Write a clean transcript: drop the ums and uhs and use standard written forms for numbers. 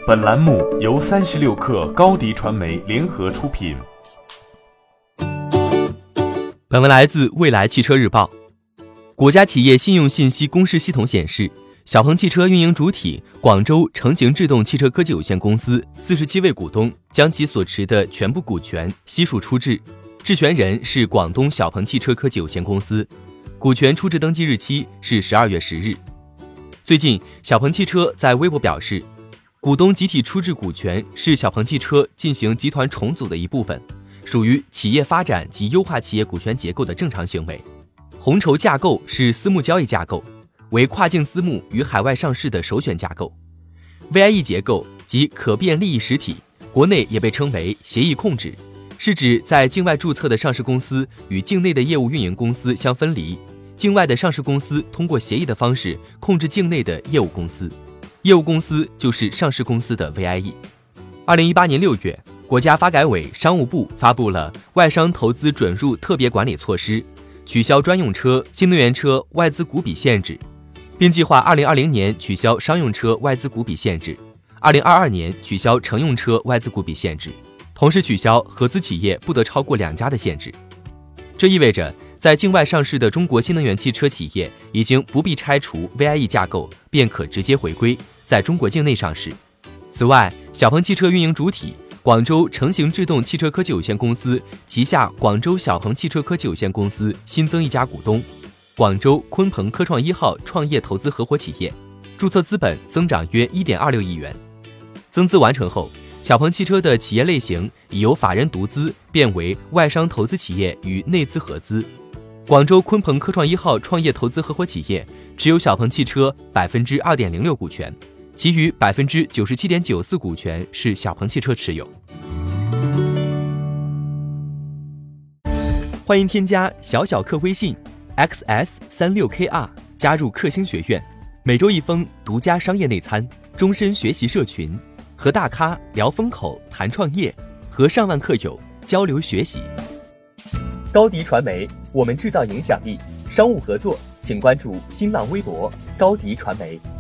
本栏目由36氪高迪传媒联合出品。 本文来自未来汽车日报。国家企业信用信息公示系统显示，小鹏汽车运营主体广州成行制动汽车科技有限公司47位股东将其所持的全部股权悉数出质，质权人是广东小鹏汽车科技有限公司，股权出质登记日期是12月10日。最近，小鹏汽车在微博表示，股东集体出质股权是小鹏汽车进行集团重组的一部分，属于企业发展及优化企业股权结构的正常行为。红筹架构是私募交易架构，为跨境私募与海外上市的首选架构。VIE 结构即可变利益实体，国内也被称为协议控制，是指在境外注册的上市公司与境内的业务运营公司相分离，境外的上市公司通过协议的方式控制境内的业务公司，业务公司就是上市公司的 VIE。 2018年6月，国家发改委、商务部发布了外商投资准入特别管理措施，取消专用车、新能源车外资股比限制，并计划2020年取消商用车外资股比限制，2022年取消乘用车外资股比限制，同时取消合资企业不得超过2家的限制。这意味着在境外上市的中国新能源汽车企业已经不必拆除 VIE 架构，便可直接回归在中国境内上市。此外，小鹏汽车运营主体广州成行制动汽车科技有限公司旗下广州小鹏汽车科技有限公司新增一家股东，广州鲲鹏科创1号创业投资合伙企业，注册资本增长约 1.26 亿元。增资完成后，小鹏汽车的企业类型已由法人独资变为外商投资企业与内资合资。广州鲲鹏科创1号创业投资合伙企业持有小鹏汽车 2.06% 股权，其余 97.94% 股权是小鹏汽车持有。欢迎添加小客微信 XS36KR 加入克星学院，每周一封独家商业内参，终身学习社群，和大咖聊风口谈创业，和上万客友交流学习。高迪传媒，我们制造影响力。商务合作请关注新浪微博高迪传媒。